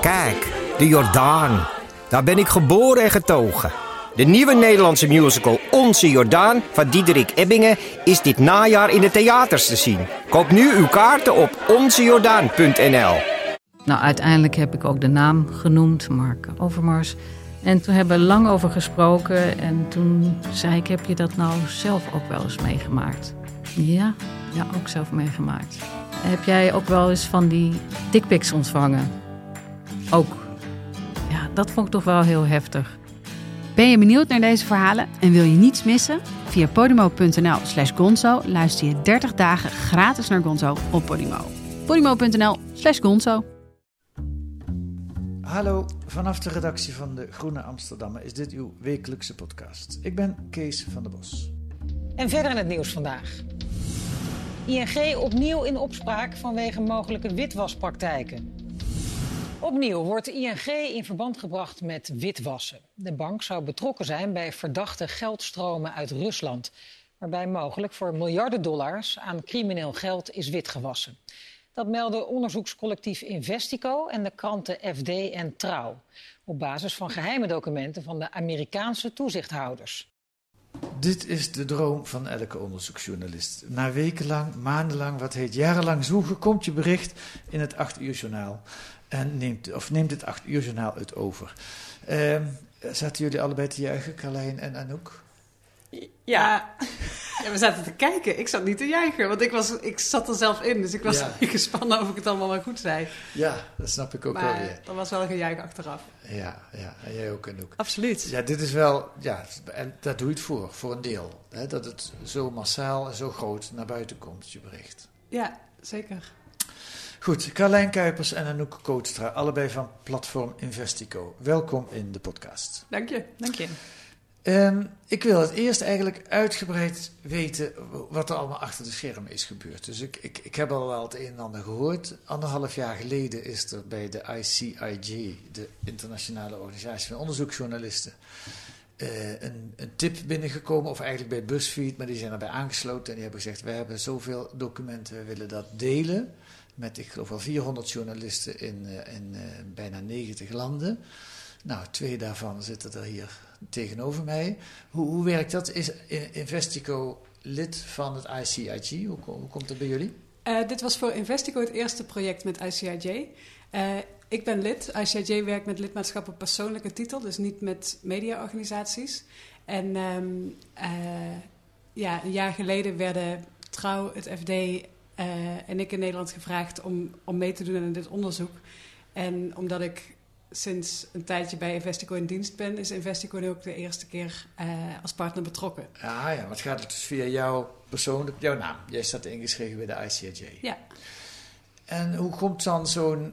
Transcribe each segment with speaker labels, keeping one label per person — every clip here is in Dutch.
Speaker 1: Kijk, de Jordaan. Daar ben ik geboren en getogen. De nieuwe Nederlandse musical Onze Jordaan van Diederik Ebbingen is dit najaar in de theaters te zien. Koop nu uw kaarten op onzejordaan.nl.
Speaker 2: Nou, uiteindelijk heb ik ook de naam genoemd, Mark Overmars. En toen hebben we lang over gesproken. En toen zei ik, heb je dat nou zelf ook wel eens meegemaakt? Ja, ook zelf meegemaakt. Heb jij ook wel eens van die dickpics ontvangen? Ook. Ja, dat vond ik toch wel heel heftig.
Speaker 3: Ben je benieuwd naar deze verhalen en wil je niets missen? Via podimo.nl/gonzo luister je 30 dagen gratis naar Gonzo op Podimo. podimo.nl/gonzo.
Speaker 4: Hallo, vanaf de redactie van de Groene Amsterdammer is dit uw wekelijkse podcast. Ik ben Kees van der Bos.
Speaker 5: En verder in het nieuws vandaag. ING opnieuw in opspraak vanwege mogelijke witwaspraktijken. Opnieuw wordt ING in verband gebracht met witwassen. De bank zou betrokken zijn bij verdachte geldstromen uit Rusland, waarbij mogelijk voor miljarden dollars aan crimineel geld is witgewassen. Dat melden onderzoekscollectief Investico en de kranten FD en Trouw, op basis van geheime documenten van de Amerikaanse toezichthouders.
Speaker 4: Dit is de droom van elke onderzoeksjournalist. Na wekenlang, maandenlang, jarenlang zoeken, komt je bericht in het 8 uur journaal. En neemt het 8 uur journaal het over. Zaten jullie allebei te juichen, Carlijn en Anouk?
Speaker 6: Ja, we zaten te kijken. Ik zat niet te juichen, want ik zat er zelf in. Dus ik was gespannen of ik het allemaal wel goed zei.
Speaker 4: Ja, dat snap ik ook wel weer.
Speaker 6: Er was wel een gejuich achteraf.
Speaker 4: Ja, en jij ook, Anouk.
Speaker 6: Absoluut.
Speaker 4: Ja, dit is wel, en daar doe je het voor een deel. Hè, dat het zo massaal en zo groot naar buiten komt, je bericht.
Speaker 6: Ja, zeker.
Speaker 4: Goed, Carlijn Kuipers en Anouk Kootstra, allebei van platform Investico. Welkom in de podcast.
Speaker 6: Dank je.
Speaker 4: Ik wil het eerst eigenlijk uitgebreid weten wat er allemaal achter de schermen is gebeurd. Dus ik heb al wel het een en ander gehoord. 1,5 jaar geleden is er bij de ICIJ, de Internationale Organisatie van Onderzoeksjournalisten, een tip binnengekomen, of eigenlijk bij BuzzFeed, maar die zijn erbij aangesloten en die hebben gezegd, we hebben zoveel documenten, we willen dat delen met, ik geloof wel 400 journalisten in bijna 90 landen. Nou, 2 daarvan zitten er hier tegenover mij. Hoe werkt dat? Is Investico lid van het ICIJ? Hoe komt het bij jullie?
Speaker 6: Dit was voor Investico het eerste project met ICIJ. Ik ben lid. ICIJ werkt met lidmaatschap op persoonlijke titel, dus niet met mediaorganisaties. En een jaar geleden werden Trouw, het FD en ik in Nederland gevraagd om mee te doen aan dit onderzoek. En omdat ik sinds een tijdje bij Investico in dienst ben, is Investico nu ook de eerste keer als partner betrokken.
Speaker 4: Ah ja, maar het gaat dus via jou persoonlijk, jouw naam. Jij staat ingeschreven bij de ICIJ.
Speaker 6: Ja.
Speaker 4: En hoe komt dan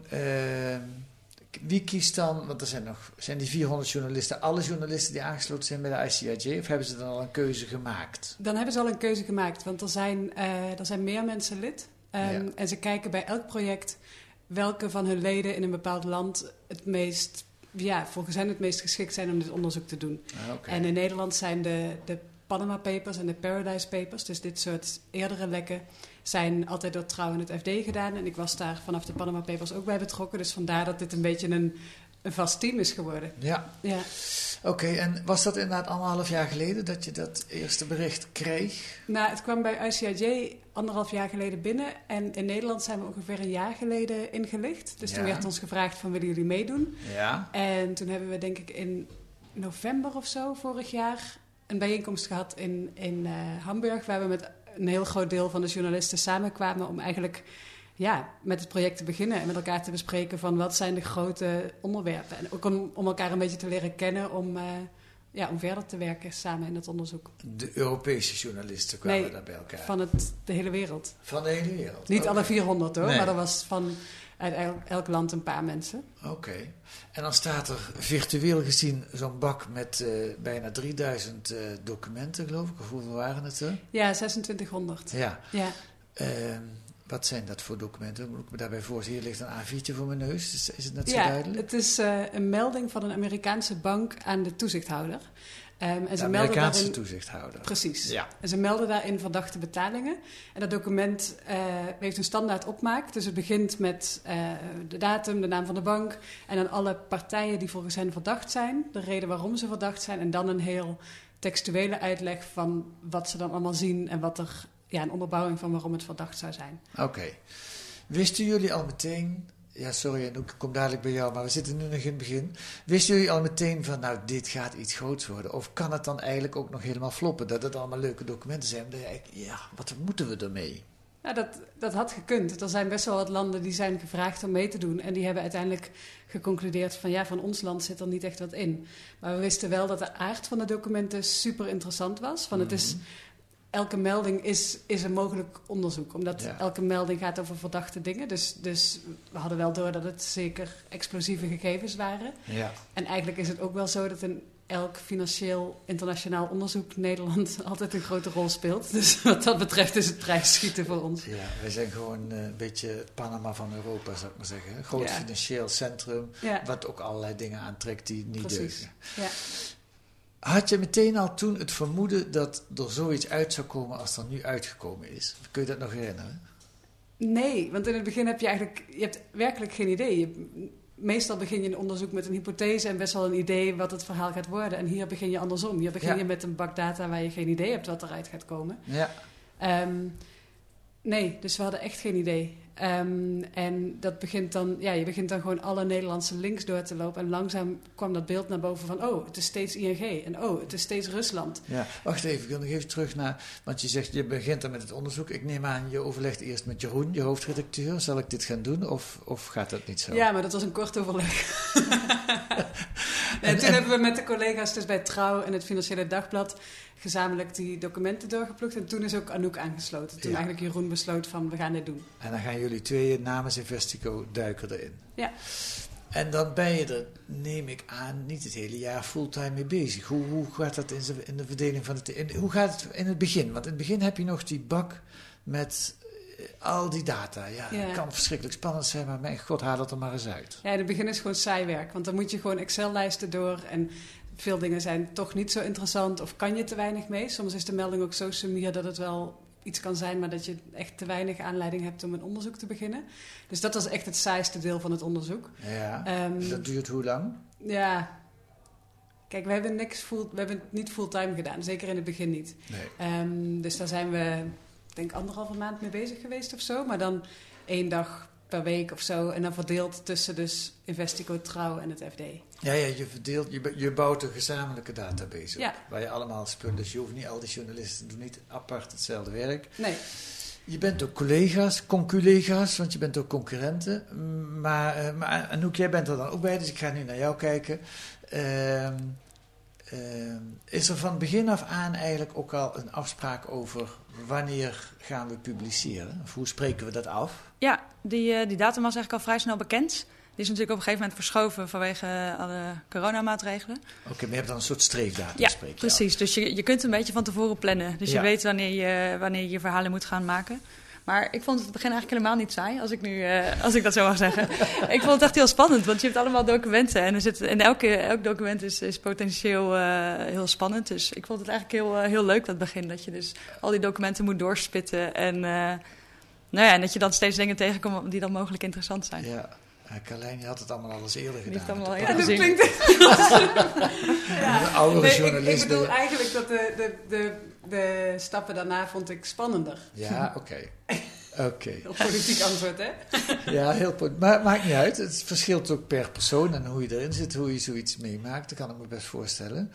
Speaker 4: wie kiest dan, want zijn die 400 journalisten, alle journalisten die aangesloten zijn bij de ICIJ, of hebben ze dan al een keuze gemaakt?
Speaker 6: Dan hebben ze al een keuze gemaakt, want er zijn meer mensen lid. En ze kijken bij elk project welke van hun leden in een bepaald land volgens hen het meest geschikt zijn om dit onderzoek te doen.
Speaker 4: Okay.
Speaker 6: En in Nederland zijn de Panama Papers en de Paradise Papers, dus dit soort eerdere lekken, zijn altijd door Trouw en het FD gedaan. En ik was daar vanaf de Panama Papers ook bij betrokken. Dus vandaar dat dit een beetje een vast team is geworden.
Speaker 4: Ja. Oké, en was dat inderdaad 1,5 jaar geleden dat je dat eerste bericht kreeg?
Speaker 6: Nou, het kwam bij ICIJ 1,5 jaar geleden binnen. En in Nederland zijn we ongeveer 1 jaar geleden ingelicht. Dus toen werd ons gevraagd van, willen jullie meedoen?
Speaker 4: Ja.
Speaker 6: En toen hebben we denk ik in november of zo vorig jaar een bijeenkomst gehad in Hamburg, waar we met een heel groot deel van de journalisten samenkwamen om eigenlijk met het project te beginnen en met elkaar te bespreken van wat zijn de grote onderwerpen. En ook om elkaar een beetje te leren kennen om verder te werken samen in het onderzoek.
Speaker 4: De Europese journalisten kwamen daar bij elkaar?
Speaker 6: Van de hele wereld.
Speaker 4: Van de hele wereld?
Speaker 6: Niet alle 400 hoor, maar er was uit elk land een paar mensen.
Speaker 4: Oké. En dan staat er virtueel gezien zo'n bak met bijna 3000 documenten, geloof ik. Of hoeveel waren het er?
Speaker 6: Ja, 2600.
Speaker 4: Ja.
Speaker 7: Wat zijn dat voor documenten? Moet ik me daarbij voorstellen? Hier ligt een A4'tje voor mijn neus. Is het net zo
Speaker 6: Ja,
Speaker 7: duidelijk?
Speaker 6: het is een melding van een Amerikaanse bank aan de toezichthouder. En
Speaker 4: de Amerikaanse toezichthouder.
Speaker 6: Precies.
Speaker 4: Ja.
Speaker 6: En ze melden daarin verdachte betalingen. En dat document heeft een standaard opmaak. Dus het begint met de datum, de naam van de bank. En dan alle partijen die volgens hen verdacht zijn. De reden waarom ze verdacht zijn. En dan een heel textuele uitleg van wat ze dan allemaal zien. En wat er, een onderbouwing van waarom het verdacht zou zijn.
Speaker 4: Oké. Wisten jullie al meteen... Ja, sorry, en ik kom dadelijk bij jou, maar we zitten nu nog in het begin. Wisten jullie al meteen van, dit gaat iets groots worden? Of kan het dan eigenlijk ook nog helemaal floppen? Dat het allemaal leuke documenten zijn. Dan denk je, wat moeten we ermee?
Speaker 6: Nou, dat had gekund. Er zijn best wel wat landen die zijn gevraagd om mee te doen. En die hebben uiteindelijk geconcludeerd van ons land zit er niet echt wat in. Maar we wisten wel dat de aard van de documenten super interessant was. Het is... Elke melding is een mogelijk onderzoek. Omdat elke melding gaat over verdachte dingen. Dus we hadden wel door dat het zeker explosieve gegevens waren. Ja. En eigenlijk is het ook wel zo dat in elk financieel internationaal onderzoek Nederland altijd een grote rol speelt. Dus wat dat betreft is het prijsschieten voor ons. Ja,
Speaker 4: wij zijn gewoon een beetje het Panama van Europa, zou ik maar zeggen. Een groot financieel centrum, wat ook allerlei dingen aantrekt die niet deugen. Ja. Had je meteen al toen het vermoeden dat er zoiets uit zou komen als er nu uitgekomen is? Kun je dat nog herinneren?
Speaker 6: Nee, want in het begin heb je hebt werkelijk geen idee. Meestal begin je een onderzoek met een hypothese en best wel een idee wat het verhaal gaat worden. En hier begin je andersom. Hier begin je met een bak data waar je geen idee hebt wat eruit gaat komen. Ja. Nee, dus we hadden echt geen idee. En dat begint dan, je begint dan gewoon alle Nederlandse links door te lopen. En langzaam kwam dat beeld naar boven van, het is steeds ING. En het is steeds Rusland.
Speaker 4: Ja, wacht even, ik wil nog even terug naar, want je zegt, je begint dan met het onderzoek. Ik neem aan, je overlegt eerst met Jeroen, je hoofdredacteur. Zal ik dit gaan doen of gaat dat niet zo?
Speaker 6: Ja, maar dat was een kort overleg. En toen hebben we met de collega's dus bij Trouw en het Financiële Dagblad gezamenlijk die documenten doorgeplukt. En toen is ook Anouk aangesloten. Toen eigenlijk Jeroen besloot van, we gaan dit doen.
Speaker 4: En dan gaan jullie tweeën namens Investico duiken erin.
Speaker 6: Ja.
Speaker 4: En dan ben je er, neem ik aan, niet het hele jaar fulltime mee bezig. Hoe gaat dat in de verdeling van het... Hoe gaat het in het begin? Want in het begin heb je nog die bak met al die data. Ja, dat kan verschrikkelijk spannend zijn, maar mijn god, haal het er maar eens uit.
Speaker 6: Ja, in het begin is gewoon saai werk. Want dan moet je gewoon Excel-lijsten door en... Veel dingen zijn toch niet zo interessant of kan je te weinig mee. Soms is de melding ook zo sumier dat het wel iets kan zijn, maar dat je echt te weinig aanleiding hebt om een onderzoek te beginnen. Dus dat was echt het saaiste deel van het onderzoek.
Speaker 4: Ja, dat duurt hoe lang?
Speaker 6: Ja, kijk, we hebben het niet fulltime gedaan. Zeker in het begin niet. Nee. Dus daar zijn we, denk 1,5 maand mee bezig geweest of zo. Maar dan 1 dag per week of zo. En dan verdeeld tussen dus Investico, Trouw en het FD.
Speaker 4: Ja, je bouwt een gezamenlijke database op, waar je allemaal spullen. Dus je hoeft niet, al die journalisten doen niet apart hetzelfde werk.
Speaker 6: Nee.
Speaker 4: Je bent ook collega's, conculega's, want je bent ook concurrenten. Maar Anouk, jij bent er dan ook bij, dus ik ga nu naar jou kijken. Is er van begin af aan eigenlijk ook al een afspraak over wanneer gaan we publiceren? Of hoe spreken we dat af?
Speaker 8: Ja, die datum was eigenlijk al vrij snel bekend. Die is natuurlijk op een gegeven moment verschoven vanwege alle coronamaatregelen.
Speaker 4: Oké, maar je hebt dan een soort streefdatum.
Speaker 8: Ja, precies. Dus je kunt een beetje van tevoren plannen. Dus je weet wanneer je verhalen moet gaan maken. Maar ik vond het begin eigenlijk helemaal niet saai, als ik dat zo mag zeggen. Ik vond het echt heel spannend, want je hebt allemaal documenten. En elk document is potentieel heel spannend. Dus ik vond het eigenlijk heel leuk, dat begin. Dat je dus al die documenten moet doorspitten. En en dat je dan steeds dingen tegenkomt die dan mogelijk interessant zijn.
Speaker 4: Ja. Carlijn, je had het allemaal al eens eerder gedaan.
Speaker 8: Die heeft allemaal
Speaker 6: eerder gezien. Dat klinkt
Speaker 4: oudere journalist.
Speaker 6: Ik bedoel eigenlijk dat de stappen daarna vond ik spannender.
Speaker 4: Ja, oké.
Speaker 6: Heel politiek antwoord, hè?
Speaker 4: Ja, heel politiek. Maar het maakt niet uit. Het verschilt ook per persoon en hoe je erin zit, hoe je zoiets meemaakt. Dat kan ik me best voorstellen.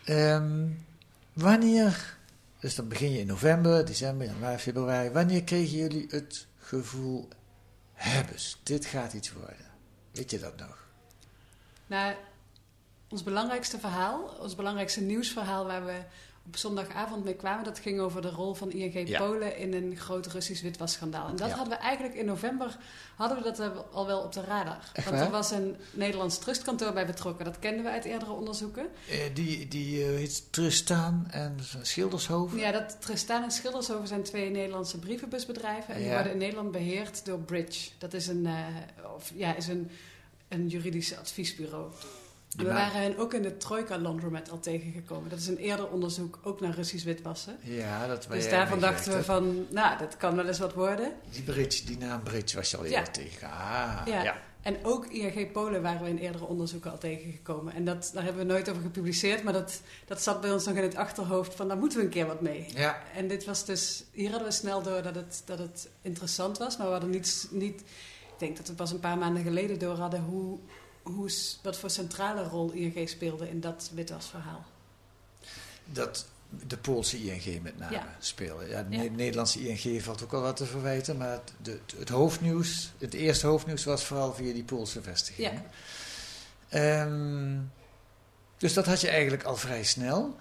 Speaker 4: Wanneer, dus dan begin je in november, december, januari, februari. Wanneer kregen jullie het gevoel... Hebbes, dit gaat iets worden. Weet je dat nog?
Speaker 6: Nou, ons belangrijkste nieuwsverhaal waar we op zondagavond mee kwamen, dat ging over de rol van ING Polen in een groot Russisch witwasschandaal. En dat hadden we eigenlijk in november, al wel op de radar.
Speaker 4: Echt
Speaker 6: Want er was een Nederlands trustkantoor bij betrokken. Dat kenden we uit eerdere onderzoeken.
Speaker 4: Die heet Tristaan en Schildershoven?
Speaker 6: Ja, Tristaan en Schildershoven zijn 2 Nederlandse brievenbusbedrijven. En die worden in Nederland beheerd door Bridge. Dat is een juridisch adviesbureau. We waren hen ook in de Trojka Laundromat al tegengekomen. Dat is een eerder onderzoek ook naar Russisch witwassen.
Speaker 4: Ja, dat
Speaker 6: Dus daarvan dachten we van, nou, dat kan wel eens wat worden.
Speaker 4: Die naam Bridge was je al eerder tegen. Ja.
Speaker 6: En ook ING Polen waren we in eerdere onderzoeken al tegengekomen. En daar hebben we nooit over gepubliceerd, maar dat zat bij ons nog in het achterhoofd van, daar moeten we een keer wat mee. Ja. En dit was dus, hier hadden we snel door dat het interessant was, maar we hadden niet, ik denk dat we pas een paar maanden geleden door hadden wat voor centrale rol ING speelde in dat witwasverhaal.
Speaker 4: Dat de Poolse ING met name speelde. Ja, de Nederlandse ING valt ook al wat te verwijten, maar het hoofdnieuws, het eerste hoofdnieuws was vooral via die Poolse vestiging. Ja. Dus dat had je eigenlijk al vrij snel.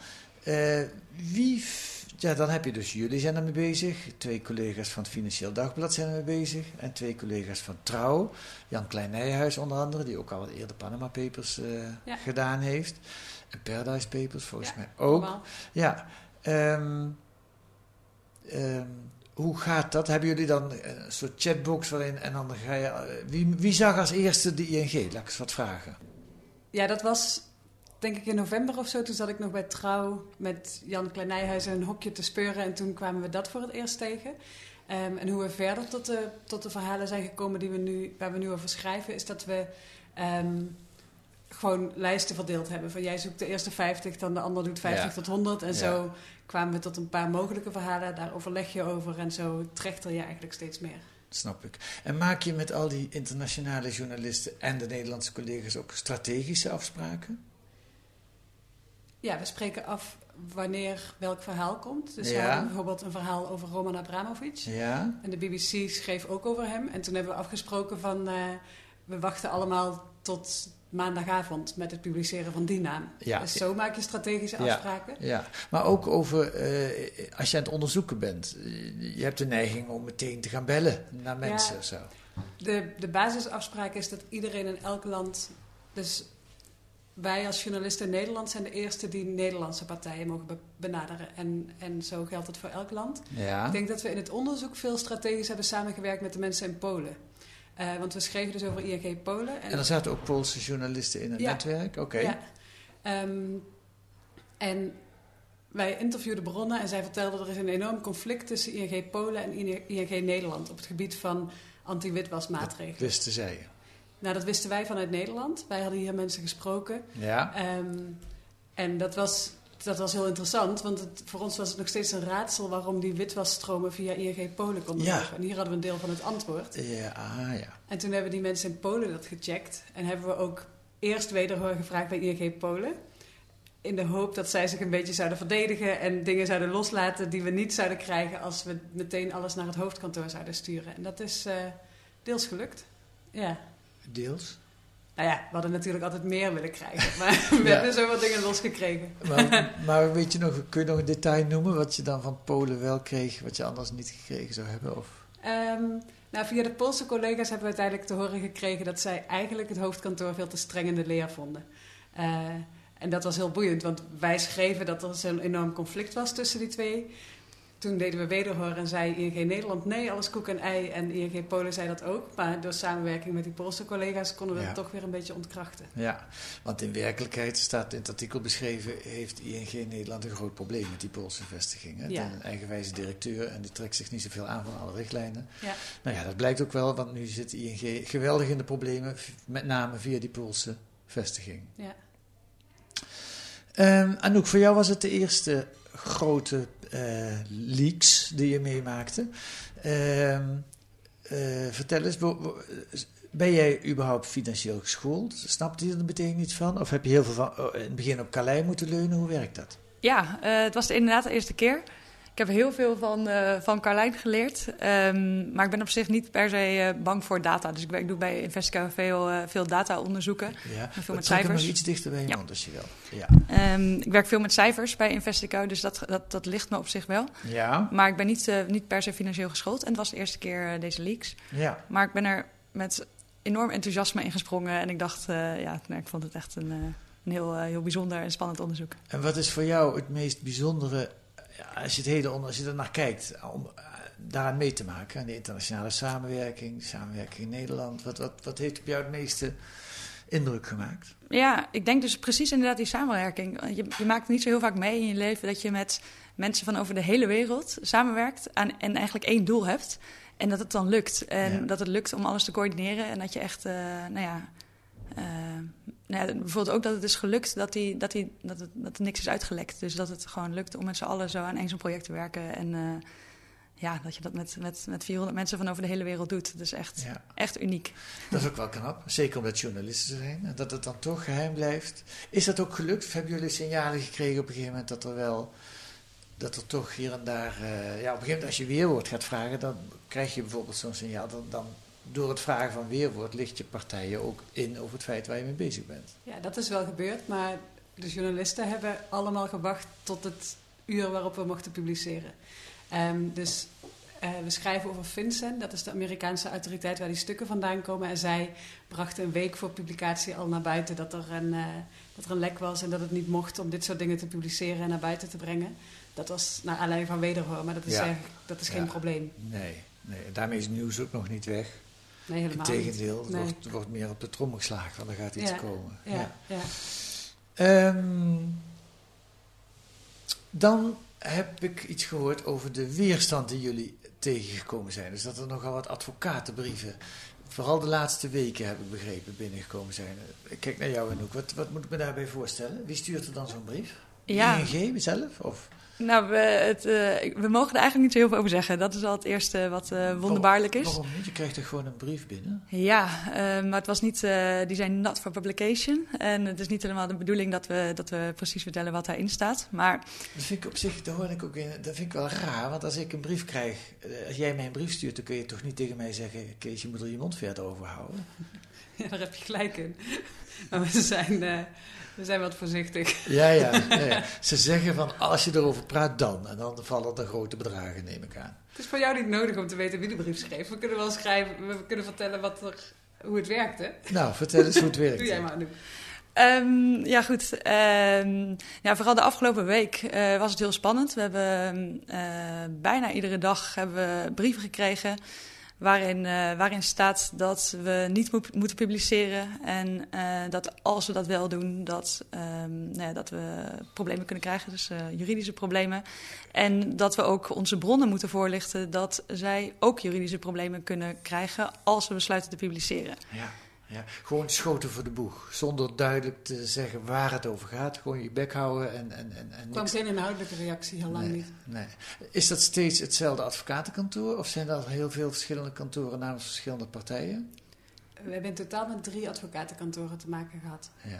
Speaker 4: Dan heb je dus, jullie zijn ermee bezig. 2 collega's van het Financieel Dagblad zijn ermee bezig. En 2 collega's van Trouw. Jan Klein-Nijhuis onder andere, die ook al wat eerder Panama Papers gedaan heeft. En Paradise Papers volgens mij ook. Normaal. Ja. Hoe gaat dat? Hebben jullie dan een soort chatbox waarin... En dan ga je... Wie zag als eerste de ING? Laat ik eens wat vragen.
Speaker 6: Ja, dat was... denk ik in november of zo, toen zat ik nog bij Trouw met Jan Klein-Nijhuis in een hokje te speuren. En toen kwamen we dat voor het eerst tegen. En hoe we verder tot de verhalen zijn gekomen waar we nu over schrijven, is dat we gewoon lijsten verdeeld hebben. Van jij zoekt de eerste 50, dan de ander doet 50 tot 100. En zo kwamen we tot een paar mogelijke verhalen. Daar overleg je over en zo trechter je eigenlijk steeds meer.
Speaker 4: Snap ik. En maak je met al die internationale journalisten en de Nederlandse collega's ook strategische afspraken?
Speaker 6: Ja, we spreken af wanneer welk verhaal komt. Dus we hadden bijvoorbeeld een verhaal over Roman Abramovic. Ja. En de BBC schreef ook over hem. En toen hebben we afgesproken van... we wachten allemaal tot maandagavond met het publiceren van die naam. Ja. Dus zo maak je strategische afspraken. Ja.
Speaker 4: Maar ook over... als je aan het onderzoeken bent... je hebt de neiging om meteen te gaan bellen naar mensen. Zo.
Speaker 6: De basisafspraak is dat iedereen in elk land... Dus wij als journalisten in Nederland zijn de eerste die Nederlandse partijen mogen benaderen. En zo geldt het voor elk land. Ja. Ik denk dat we in het onderzoek veel strategisch hebben samengewerkt met de mensen in Polen. Want we schreven dus over ING Polen.
Speaker 4: En er zaten ook Poolse journalisten in het netwerk? Oké. Ja.
Speaker 6: En wij interviewden bronnen en zij vertelden er is een enorm conflict tussen ING Polen en ING Nederland op het gebied van anti-witwasmaatregelen.
Speaker 4: Dat wisten zij.
Speaker 6: Nou, dat wisten wij vanuit Nederland. Wij hadden hier mensen gesproken.
Speaker 4: Ja.
Speaker 6: En dat was heel interessant, want voor ons was het nog steeds een raadsel waarom die witwasstromen via ING Polen konden lopen. En hier hadden we een deel van het antwoord.
Speaker 4: Ja.
Speaker 6: En toen hebben die mensen in Polen dat gecheckt. En hebben we ook eerst wederhoor gevraagd bij ING Polen. In de hoop dat zij zich een beetje zouden verdedigen en dingen zouden loslaten die we niet zouden krijgen als we meteen alles naar het hoofdkantoor zouden sturen. En dat is deels gelukt. Ja.
Speaker 4: Deels?
Speaker 6: Nou ja, we hadden natuurlijk altijd meer willen krijgen. Maar we hebben zo wat dingen losgekregen.
Speaker 4: Maar weet je nog, kun je nog een detail noemen wat je dan van Polen wel kreeg, wat je anders niet gekregen zou hebben? Of?
Speaker 6: Nou, via de Poolse collega's hebben we uiteindelijk te horen gekregen dat zij eigenlijk het hoofdkantoor veel te streng in de leer vonden. En dat was heel boeiend, want wij schreven dat er zo'n enorm conflict was tussen die twee. Toen deden we wederhoor en zei ING Nederland nee, alles koek en ei. En ING Polen zei dat ook. Maar door samenwerking met die Poolse collega's konden we het toch weer een beetje ontkrachten.
Speaker 4: Ja, want in werkelijkheid staat in het artikel beschreven... heeft ING Nederland een groot probleem met die Poolse vestiging. Hè? Een eigenwijze directeur en die trekt zich niet zoveel aan van alle richtlijnen. Ja. Nou ja, dat blijkt ook wel, want nu zit ING geweldig in de problemen. Met name via die Poolse vestiging. Ja. Anouk, voor jou was het de eerste grote leaks die je meemaakte. Vertel eens, ben jij überhaupt financieel geschoold? Snapte je er meteen iets van? Of heb je heel veel in het begin op Carlijn moeten leunen? Hoe werkt dat?
Speaker 8: Ja, het was inderdaad de eerste keer. Ik heb heel veel van Carlijn geleerd. Maar ik ben op zich niet per se bang voor data. Dus ik doe bij Investica veel data-onderzoeken.
Speaker 4: Ja,
Speaker 8: veel met cijfers.
Speaker 4: Nog iets dichter bij je mond als je wil. Ja.
Speaker 8: Ik werk veel met cijfers bij Investica, dus dat ligt me op zich wel. Ja. Maar ik ben niet per se financieel geschoold. En het was de eerste keer deze leaks. Ja. Maar ik ben er met enorm enthousiasme in gesprongen. En ik dacht, ik vond het echt een heel bijzonder en spannend onderzoek.
Speaker 4: En wat is voor jou het meest bijzondere... Als je er naar kijkt, om daaraan mee te maken, aan de internationale samenwerking in Nederland, wat heeft op jou het meeste indruk gemaakt?
Speaker 8: Ja, ik denk dus precies inderdaad die samenwerking. Je maakt niet zo heel vaak mee in je leven dat je met mensen van over de hele wereld samenwerkt en eigenlijk één doel hebt. En dat het dan lukt. En dat het lukt om alles te coördineren. En dat je echt, bijvoorbeeld ook dat het is gelukt dat er niks is uitgelekt. Dus dat het gewoon lukt om met z'n allen zo aan één zo'n project te werken. En dat je dat met 400 mensen van over de hele wereld doet. Dat is echt uniek.
Speaker 4: Dat is ook wel knap. Zeker omdat journalisten zijn. En dat het dan toch geheim blijft. Is dat ook gelukt? Of hebben jullie signalen gekregen op een gegeven moment dat er toch hier en daar... op een gegeven moment als je weerwoord gaat vragen, dan krijg je bijvoorbeeld zo'n signaal. Dan door het vragen van weerwoord licht je partijen ook in over het feit waar je mee bezig bent.
Speaker 6: Ja, dat is wel gebeurd, maar de journalisten hebben allemaal gewacht tot het uur waarop we mochten publiceren. We schrijven over FinCEN, dat is de Amerikaanse autoriteit waar die stukken vandaan komen. En zij brachten een week voor publicatie al naar buiten dat er een lek was en dat het niet mocht om dit soort dingen te publiceren en naar buiten te brengen. Dat was naar aanleiding van wederhoor, maar dat is geen probleem. Nee.
Speaker 4: Daarmee is het nieuws ook nog niet weg.
Speaker 6: Nee, helemaal
Speaker 4: Integendeel,
Speaker 6: niet.
Speaker 4: Het wordt meer op de trommel geslagen, want er gaat iets komen. Dan heb ik iets gehoord over de weerstand die jullie tegengekomen zijn. Dus dat er nogal wat advocatenbrieven, vooral de laatste weken heb ik begrepen, binnengekomen zijn. Ik kijk naar jou, Anouk. Wat moet ik me daarbij voorstellen? Wie stuurt er dan zo'n brief?
Speaker 8: Ja.
Speaker 4: ING zelf? Of?
Speaker 8: Nou, we mogen er eigenlijk niet zo heel veel over zeggen. Dat is al het eerste wat wonderbaarlijk is.
Speaker 4: Waarom niet? Je krijgt er gewoon een brief binnen.
Speaker 8: Ja, maar het was niet... die zijn not for publication. En het is niet helemaal de bedoeling dat we precies vertellen wat daarin staat. Maar...
Speaker 4: Dat vind ik op zich, dat vind ik wel raar. Want als ik een brief krijg... Als jij mij een brief stuurt, dan kun je toch niet tegen mij zeggen... Kees, je moet er je mond verder over houden.
Speaker 6: Ja, daar heb je gelijk in. Maar we zijn wat voorzichtig.
Speaker 4: Ja. Ze zeggen van, als je erover praat, dan. En dan vallen er grote bedragen, neem ik aan. Het
Speaker 6: is voor jou niet nodig om te weten wie de brief schreef. We kunnen wel schrijven, we kunnen vertellen hoe het werkt, hè?
Speaker 4: Nou, vertel eens hoe het werkt.
Speaker 6: Doe jij maar, nu.
Speaker 8: Vooral de afgelopen week was het heel spannend. We hebben bijna iedere dag hebben we brieven gekregen... Waarin staat dat we niet moeten publiceren en dat als we dat wel doen, dat we problemen kunnen krijgen, dus juridische problemen. En dat we ook onze bronnen moeten voorlichten dat zij ook juridische problemen kunnen krijgen als we besluiten te publiceren.
Speaker 4: Ja, gewoon schoten voor de boeg, zonder duidelijk te zeggen waar het over gaat. Gewoon je bek houden en
Speaker 6: kwam geen inhoudelijke reactie, heel lang niet.
Speaker 4: Nee. Is dat steeds hetzelfde advocatenkantoor of zijn er heel veel verschillende kantoren namens verschillende partijen?
Speaker 6: We hebben in totaal met 3 advocatenkantoren te maken gehad.
Speaker 4: Ja.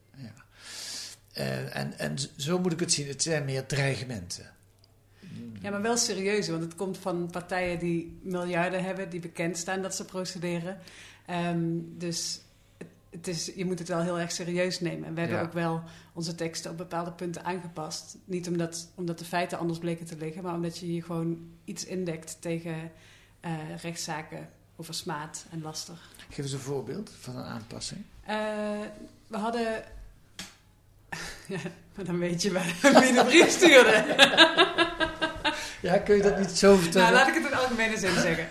Speaker 4: En zo moet ik het zien, het zijn meer dreigementen.
Speaker 6: Ja, maar wel serieus, want het komt van partijen die miljarden hebben, die bekend staan dat ze procederen. Dus je moet het wel heel erg serieus nemen. En we hebben ook wel onze teksten op bepaalde punten aangepast. Niet omdat de feiten anders bleken te liggen, maar omdat je hier gewoon iets indekt tegen rechtszaken over smaad en laster.
Speaker 4: Geef eens een voorbeeld van een aanpassing.
Speaker 6: We hadden... Ja, maar dan weet je wie de brief stuurde.
Speaker 4: Ja, kun je dat niet zo vertellen?
Speaker 6: Nou, laat ik het in algemene zin zeggen.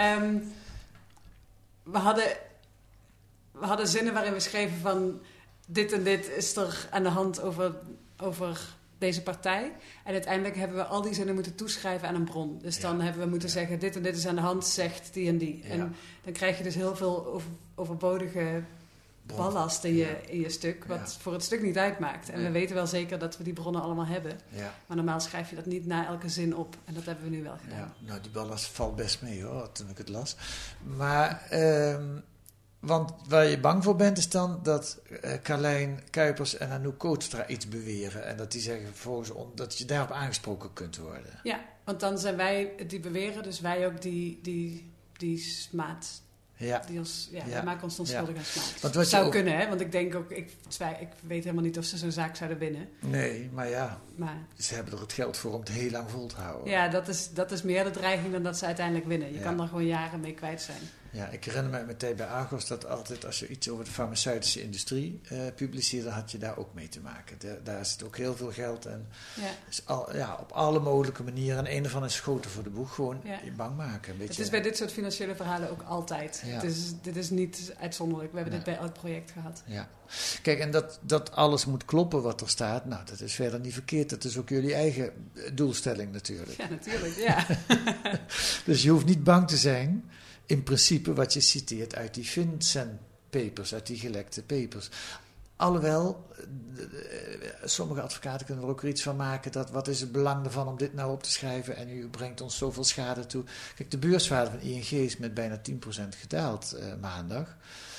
Speaker 6: We hadden zinnen waarin we schreven van... dit en dit is er aan de hand over deze partij. En uiteindelijk hebben we al die zinnen moeten toeschrijven aan een bron. Dus dan hebben we moeten zeggen... dit en dit is aan de hand, zegt die en die. Ja. En dan krijg je dus heel veel overbodige ballast in je stuk... wat voor het stuk niet uitmaakt. En we weten wel zeker dat we die bronnen allemaal hebben. Ja. Maar normaal schrijf je dat niet na elke zin op. En dat hebben we nu wel gedaan.
Speaker 4: Ja, nou, die ballast valt best mee, hoor, toen ik het las. Maar... want waar je bang voor bent is dan dat Carlijn Kuipers en Anouk Kootstra iets beweren. En dat die zeggen dat je daarop aangesproken kunt worden.
Speaker 6: Ja, want dan zijn wij die beweren, dus wij ook die smaad. Ja. Wij maken ons dan schuldig aan smaad. Dat zou kunnen, hè? Want ik denk ook, ik weet helemaal niet of ze zo'n zaak zouden winnen.
Speaker 4: Nee, maar ze hebben er het geld voor om het heel lang vol te houden.
Speaker 6: Ja, dat is meer de dreiging dan dat ze uiteindelijk winnen. Je kan er gewoon jaren mee kwijt zijn.
Speaker 4: Ja, ik herinner me uit mijn tijd bij Argos dat altijd als je iets over de farmaceutische industrie publiceerde, had je daar ook mee te maken. Daar zit ook heel veel geld en is op alle mogelijke manieren. En een ervan is schoten voor de boeg, gewoon je bang maken. Een beetje.
Speaker 6: Het is bij dit soort financiële verhalen ook altijd. Ja. Dit is niet uitzonderlijk. We hebben dit bij elk project gehad.
Speaker 4: Ja. Kijk, en dat alles moet kloppen wat er staat, nou, dat is verder niet verkeerd. Dat is ook jullie eigen doelstelling natuurlijk.
Speaker 6: Ja, natuurlijk, ja.
Speaker 4: Dus je hoeft niet bang te zijn, in principe, wat je citeert uit die FinCEN papers, uit die gelekte papers. Alhoewel, sommige advocaten kunnen er ook weer iets van maken, wat is het belang ervan om dit nou op te schrijven en u brengt ons zoveel schade toe. Kijk, de beurswaarde van ING is met bijna 10% gedaald maandag.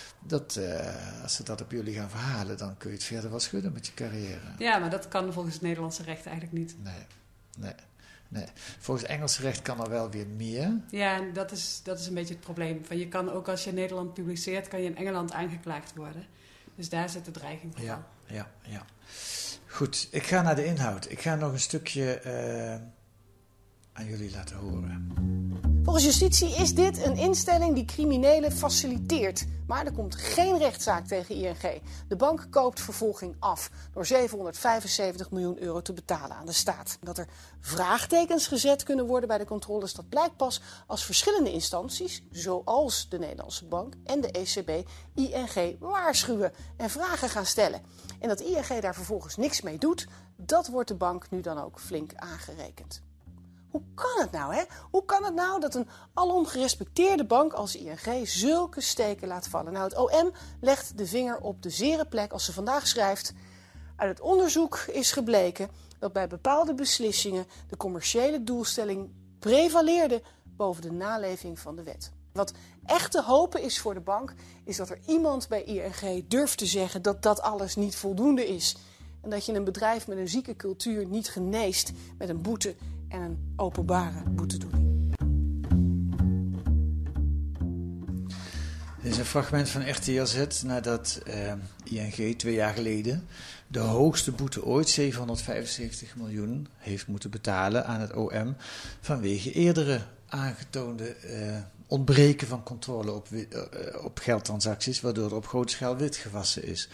Speaker 4: Als ze dat op jullie gaan verhalen, dan kun je het verder wel schudden met je carrière.
Speaker 6: Ja, maar dat kan volgens het Nederlandse recht eigenlijk niet.
Speaker 4: Nee. Volgens het Engelse recht kan er wel weer meer.
Speaker 6: Ja, en dat is een beetje het probleem. Je kan ook als je in Nederland publiceert, kan je in Engeland aangeklaagd worden. Dus daar zit de dreiging voor.
Speaker 4: Ja. Goed, ik ga naar de inhoud. Ik ga nog een stukje aan jullie laten horen.
Speaker 9: Volgens justitie is dit een instelling die criminelen faciliteert. Maar er komt geen rechtszaak tegen ING. De bank koopt vervolging af door 775 miljoen euro te betalen aan de staat. Dat er vraagtekens gezet kunnen worden bij de controles, dat blijkt pas als verschillende instanties, zoals de Nederlandse Bank en de ECB, ING waarschuwen en vragen gaan stellen. En dat ING daar vervolgens niks mee doet, dat wordt de bank nu dan ook flink aangerekend. Hoe kan het nou, hè? Hoe kan het nou dat een alom gerespecteerde bank als ING zulke steken laat vallen? Nou, het OM legt de vinger op de zere plek als ze vandaag schrijft: uit het onderzoek is gebleken dat bij bepaalde beslissingen de commerciële doelstelling prevaleerde boven de naleving van de wet. Wat echt te hopen is voor de bank, is dat er iemand bij ING durft te zeggen dat dat alles niet voldoende is. En dat je een bedrijf met een zieke cultuur niet geneest met een boete en een openbare boetedoening.
Speaker 4: Dit is een fragment van RTL Z nadat ING 2 jaar geleden de hoogste boete ooit, 775 miljoen, heeft moeten betalen aan het OM vanwege eerdere aangetoonde ontbreken van controle op geldtransacties, waardoor er op grote schaal witgewassen is.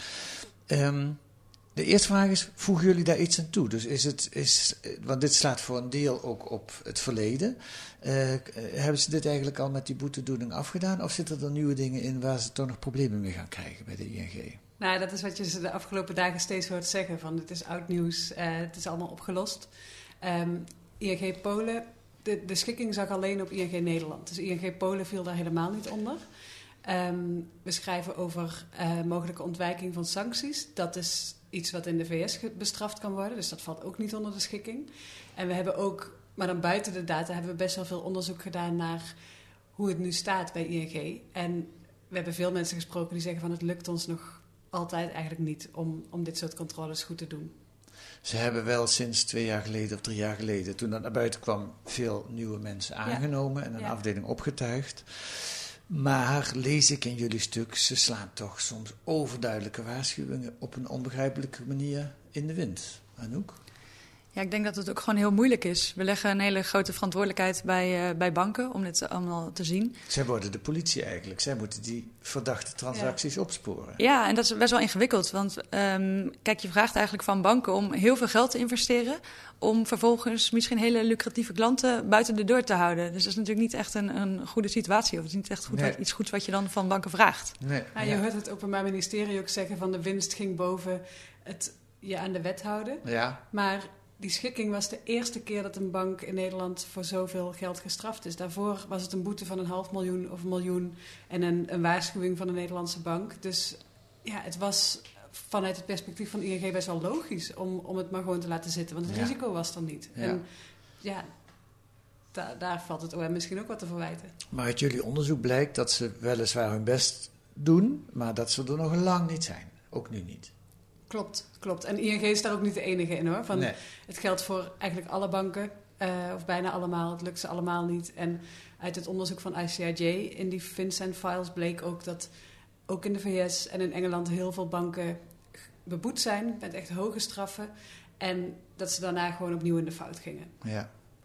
Speaker 4: De eerste vraag is, voegen jullie daar iets aan toe? Dus want dit slaat voor een deel ook op het verleden. Hebben ze dit eigenlijk al met die boetedoening afgedaan? Of zitten er nieuwe dingen in waar ze toch nog problemen mee gaan krijgen bij de ING?
Speaker 6: Nou, dat is wat je de afgelopen dagen steeds hoort zeggen. Van, het is oud nieuws, het is allemaal opgelost. ING Polen, de schikking zag alleen op ING Nederland. Dus ING Polen viel daar helemaal niet onder. We schrijven over mogelijke ontwijking van sancties. Dat is iets wat in de VS bestraft kan worden. Dus dat valt ook niet onder de schikking. En we hebben ook, maar dan buiten de data, hebben we best wel veel onderzoek gedaan naar hoe het nu staat bij ING. En we hebben veel mensen gesproken die zeggen van het lukt ons nog altijd eigenlijk niet om dit soort controles goed te doen.
Speaker 4: Ze hebben wel sinds 2 jaar geleden of 3 jaar geleden, toen dat naar buiten kwam, veel nieuwe mensen aangenomen en een afdeling opgetuigd. Maar lees ik in jullie stuk, ze slaan toch soms overduidelijke waarschuwingen op een onbegrijpelijke manier in de wind. Anouk?
Speaker 8: Ja, ik denk dat het ook gewoon heel moeilijk is. We leggen een hele grote verantwoordelijkheid bij banken om dit allemaal te zien.
Speaker 4: Zij worden de politie eigenlijk. Zij moeten die verdachte transacties opsporen.
Speaker 8: Ja, en dat is best wel ingewikkeld. Want kijk, je vraagt eigenlijk van banken om heel veel geld te investeren om vervolgens misschien hele lucratieve klanten buiten de deur te houden. Dus dat is natuurlijk niet echt een goede situatie. Of het is niet echt iets goeds wat je dan van banken vraagt.
Speaker 4: Nee.
Speaker 6: Nou, je hoort het Openbaar Ministerie ook zeggen van de winst ging boven het je aan de wet houden.
Speaker 4: Ja.
Speaker 6: Maar die schikking was de eerste keer dat een bank in Nederland voor zoveel geld gestraft is. Daarvoor was het een boete van 500.000 of 1 miljoen en een waarschuwing van de Nederlandse bank. Dus ja, het was vanuit het perspectief van ING best wel logisch om het maar gewoon te laten zitten. Want het risico was er niet. Ja. En ja, daar valt het OM misschien ook wat te verwijten. Maar
Speaker 4: uit jullie onderzoek blijkt dat ze weliswaar hun best doen, maar dat ze er nog lang niet zijn. Ook nu niet.
Speaker 6: Klopt. En ING is daar ook niet de enige in, hoor. Het geldt voor eigenlijk alle banken, of bijna allemaal. Het lukt ze allemaal niet. En uit het onderzoek van ICIJ in die FinCEN-files bleek ook dat ook in de VS en in Engeland heel veel banken beboet zijn met echt hoge straffen. En dat ze daarna gewoon opnieuw in de fout gingen.
Speaker 4: Ja.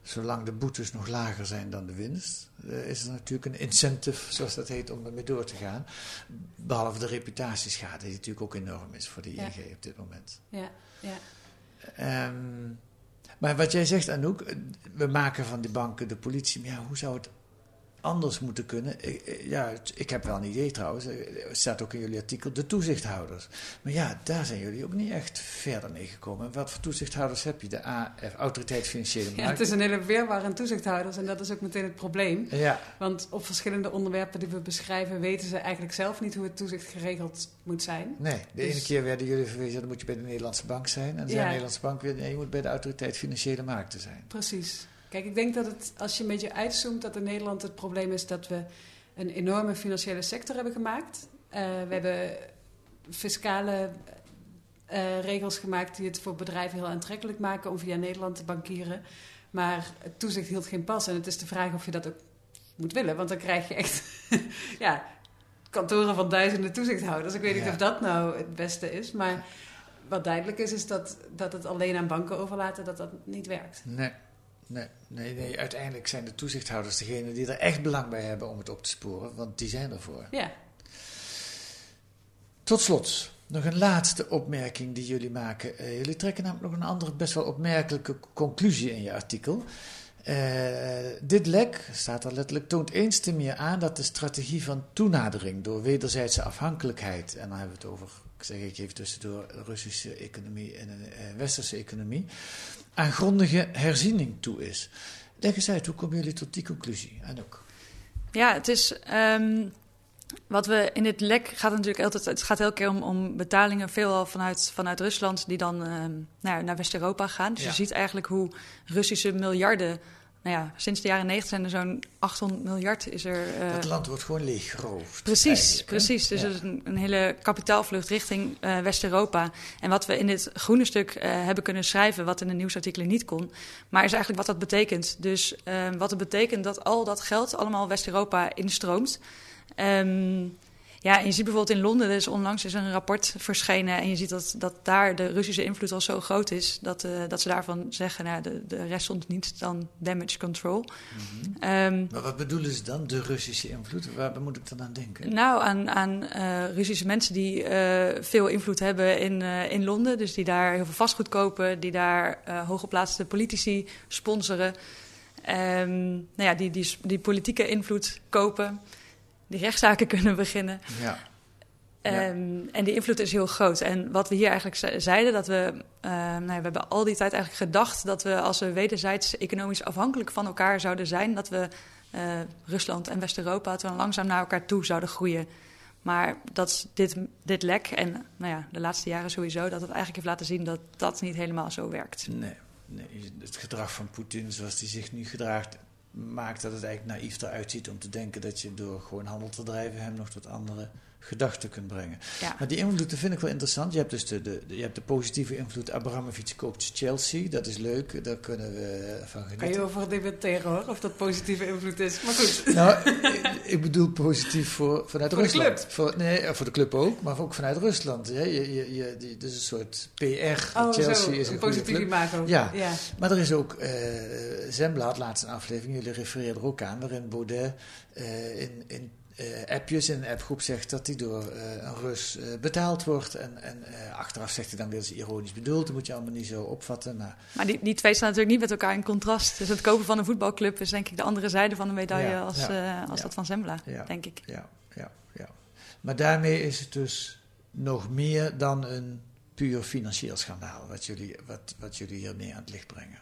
Speaker 4: zolang de boetes nog lager zijn dan de winst, is er natuurlijk een incentive, zoals dat heet, om ermee door te gaan. Behalve de reputatieschade, die natuurlijk ook enorm is voor de ING op dit moment.
Speaker 6: Ja.
Speaker 4: Maar wat jij zegt, Anouk, we maken van die banken de politie. Maar ja, hoe zou het anders moeten kunnen? Ik heb wel een idee trouwens. Het staat ook in jullie artikel, de toezichthouders. Maar ja, daar zijn jullie ook niet echt verder mee gekomen. En wat voor toezichthouders heb je? De Autoriteit Financiële Markten?
Speaker 6: Ja, het is een hele wirwar aan toezichthouders en dat is ook meteen het probleem.
Speaker 4: Ja.
Speaker 6: Want op verschillende onderwerpen die we beschrijven weten ze eigenlijk zelf niet hoe het toezicht geregeld moet zijn.
Speaker 4: Nee, de ene keer werden jullie verwezen, dan moet je bij de Nederlandse Bank zijn. En zei de Nederlandse Bank weer, nee, je moet bij de Autoriteit Financiële Markten zijn.
Speaker 6: Precies. Kijk, ik denk dat het, als je een beetje uitzoomt, dat in Nederland het probleem is dat we een enorme financiële sector hebben gemaakt. We hebben fiscale regels gemaakt die het voor bedrijven heel aantrekkelijk maken om via Nederland te bankieren. Maar het toezicht hield geen pas en het is de vraag of je dat ook moet willen. Want dan krijg je echt kantoren van duizenden toezichthouders. Ik weet niet of dat nou het beste is, maar wat duidelijk is dat het alleen aan banken overlaten, dat niet werkt.
Speaker 4: Nee, uiteindelijk zijn de toezichthouders degene die er echt belang bij hebben om het op te sporen, want die zijn ervoor.
Speaker 6: Ja.
Speaker 4: Tot slot, nog een laatste opmerking die jullie maken. Jullie trekken namelijk nog een andere best wel opmerkelijke conclusie in je artikel. Dit lek, staat er letterlijk, toont eens te meer aan dat de strategie van toenadering door wederzijdse afhankelijkheid, en dan hebben we het over, zeg ik even tussendoor, Russische economie en westerse economie, aan grondige herziening toe is. Leg eens uit, hoe komen jullie tot die conclusie? Anouk?
Speaker 8: Ja, het is wat we in dit lek gaat natuurlijk altijd. Het gaat elke keer om betalingen, veelal vanuit Rusland, die dan naar West-Europa gaan. Dus je ziet eigenlijk hoe Russische miljarden. Sinds de jaren 90 zijn er zo'n 800 miljard is er.
Speaker 4: Dat land wordt gewoon leeggeroofd.
Speaker 8: Precies. Dus het is een hele kapitaalvlucht richting West-Europa. En wat we in dit groene stuk hebben kunnen schrijven, wat in de nieuwsartikelen niet kon, maar is eigenlijk wat dat betekent. Dus wat het betekent dat al dat geld allemaal West-Europa instroomt. En je ziet bijvoorbeeld in Londen, dus onlangs is een rapport verschenen en je ziet dat daar de Russische invloed al zo groot is dat ze daarvan zeggen, de rest stond niet dan damage control.
Speaker 4: Mm-hmm. Maar wat bedoelen ze dan, de Russische invloed? Waar moet ik dan aan denken?
Speaker 8: Nou, aan Russische mensen die veel invloed hebben in Londen, dus die daar heel veel vastgoed kopen, die daar hooggeplaatste politici sponsoren, die politieke invloed kopen. Die rechtszaken kunnen beginnen. Ja. En die invloed is heel groot. En wat we hier eigenlijk zeiden, dat we hebben al die tijd eigenlijk gedacht dat we, als we wederzijds economisch afhankelijk van elkaar zouden zijn, dat we Rusland en West-Europa, dat we dan langzaam naar elkaar toe zouden groeien. Maar dat dit lek en de laatste jaren sowieso, dat het eigenlijk heeft laten zien dat dat niet helemaal zo werkt.
Speaker 4: Nee, het gedrag van Poetin zoals hij zich nu gedraagt, maakt dat het eigenlijk naïef eruit ziet om te denken dat je door gewoon handel te drijven hem nog tot andere gedachten kunt brengen. Ja. Maar die invloed vind ik wel interessant. Je hebt dus je hebt de positieve invloed. Abramovich koopt Chelsea, dat is leuk, daar kunnen we van genieten.
Speaker 6: Kan je over debatteren hoor, of dat positieve invloed is. Maar goed.
Speaker 4: Nou, ik bedoel positief vanuit
Speaker 6: voor
Speaker 4: Rusland.
Speaker 6: De club.
Speaker 4: Voor de club ook, maar ook vanuit Rusland. Ja, dit is een soort PR. Chelsea
Speaker 6: zo,
Speaker 4: is een
Speaker 6: positief imago.
Speaker 4: Ja, maar er is ook Zembla had laatst een aflevering, jullie refereerden er ook aan, waarin Baudet in appjes in een appgroep zegt dat hij door een Rus betaald wordt. En achteraf zegt hij dan weer eens ironisch bedoeld. Dat moet je allemaal niet zo opvatten. Maar
Speaker 8: die twee staan natuurlijk niet met elkaar in contrast. Dus het kopen van een voetbalclub is denk ik de andere zijde van de medaille als dat van Zembla, denk ik.
Speaker 4: Ja. Maar daarmee is het dus nog meer dan een puur financieel schandaal wat jullie hiermee aan het licht brengen.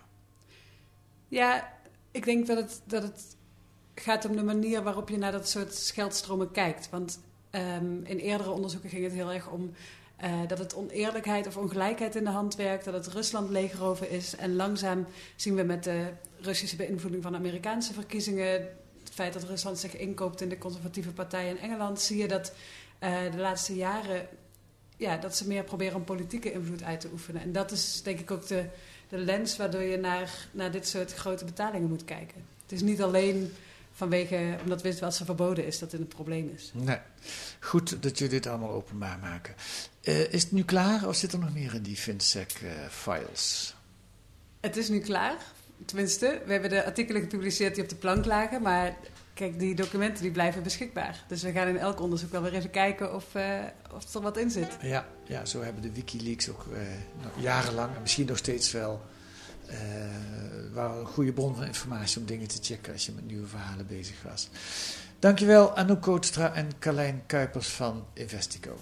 Speaker 6: Ja, ik denk dat het gaat om de manier waarop je naar dat soort geldstromen kijkt. Want in eerdere onderzoeken ging het heel erg om dat het oneerlijkheid of ongelijkheid in de hand werkt, dat het Rusland leegroven is. En langzaam zien we met de Russische beïnvloeding van de Amerikaanse verkiezingen, het feit dat Rusland zich inkoopt in de conservatieve partij in Engeland, zie je dat de laatste jaren dat ze meer proberen om politieke invloed uit te oefenen. En dat is denk ik ook de lens waardoor je naar dit soort grote betalingen moet kijken. Het is niet alleen omdat witwassen verboden is, dat het een probleem is.
Speaker 4: Nee. Goed dat jullie dit allemaal openbaar maken. Is het nu klaar of zit er nog meer in die FinSec-files?
Speaker 6: Het is nu klaar. tenminste, we hebben de artikelen gepubliceerd die op de plank lagen, maar kijk, die documenten die blijven beschikbaar. Dus we gaan in elk onderzoek wel weer even kijken of er wat in zit.
Speaker 4: Ja, zo hebben de WikiLeaks ook jarenlang, en misschien nog steeds wel, waren een goede bron van informatie om dingen te checken als je met nieuwe verhalen bezig was. Dankjewel Anouk Kootstra en Carlijn Kuipers van Investico.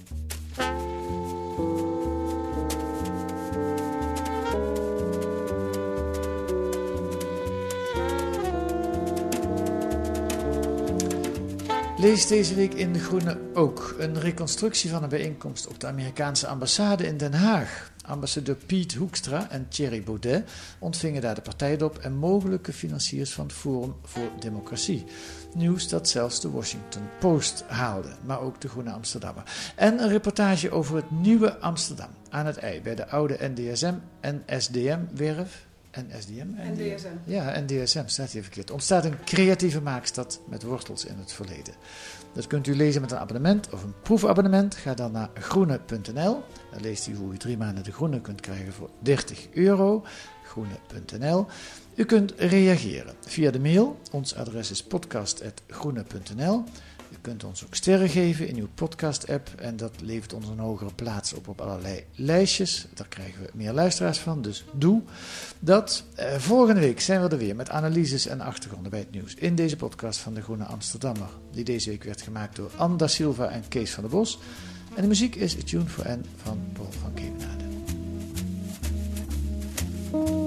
Speaker 4: Lees deze week in De Groene ook een reconstructie van een bijeenkomst op de Amerikaanse ambassade in Den Haag. Ambassadeur Piet Hoekstra en Thierry Baudet ontvingen daar de partijdop en mogelijke financiers van het Forum voor Democratie. Nieuws dat zelfs de Washington Post haalde, maar ook de Groene Amsterdammer. En een reportage over het nieuwe Amsterdam aan het IJ bij de oude NDSM en SDM-werf.
Speaker 6: NDSM.
Speaker 4: Ja, NDSM staat hier verkeerd. Ontstaat een creatieve maakstad met wortels in het verleden. Dat kunt u lezen met een abonnement of een proefabonnement. Ga dan naar groene.nl. Dan leest u hoe u 3 maanden De Groene kunt krijgen voor €30. Groene.nl. U kunt reageren via de mail. Ons adres is podcast@groene.nl. U kunt ons ook sterren geven in uw podcast-app en dat levert ons een hogere plaats op allerlei lijstjes. Daar krijgen we meer luisteraars van, dus doe dat. Volgende week zijn we er weer met analyses en achtergronden bij het nieuws in deze podcast van De Groene Amsterdammer, die deze week werd gemaakt door Anne da Silva en Kees van der Bos. En de muziek is A Tune for N van Paul van Kemenade.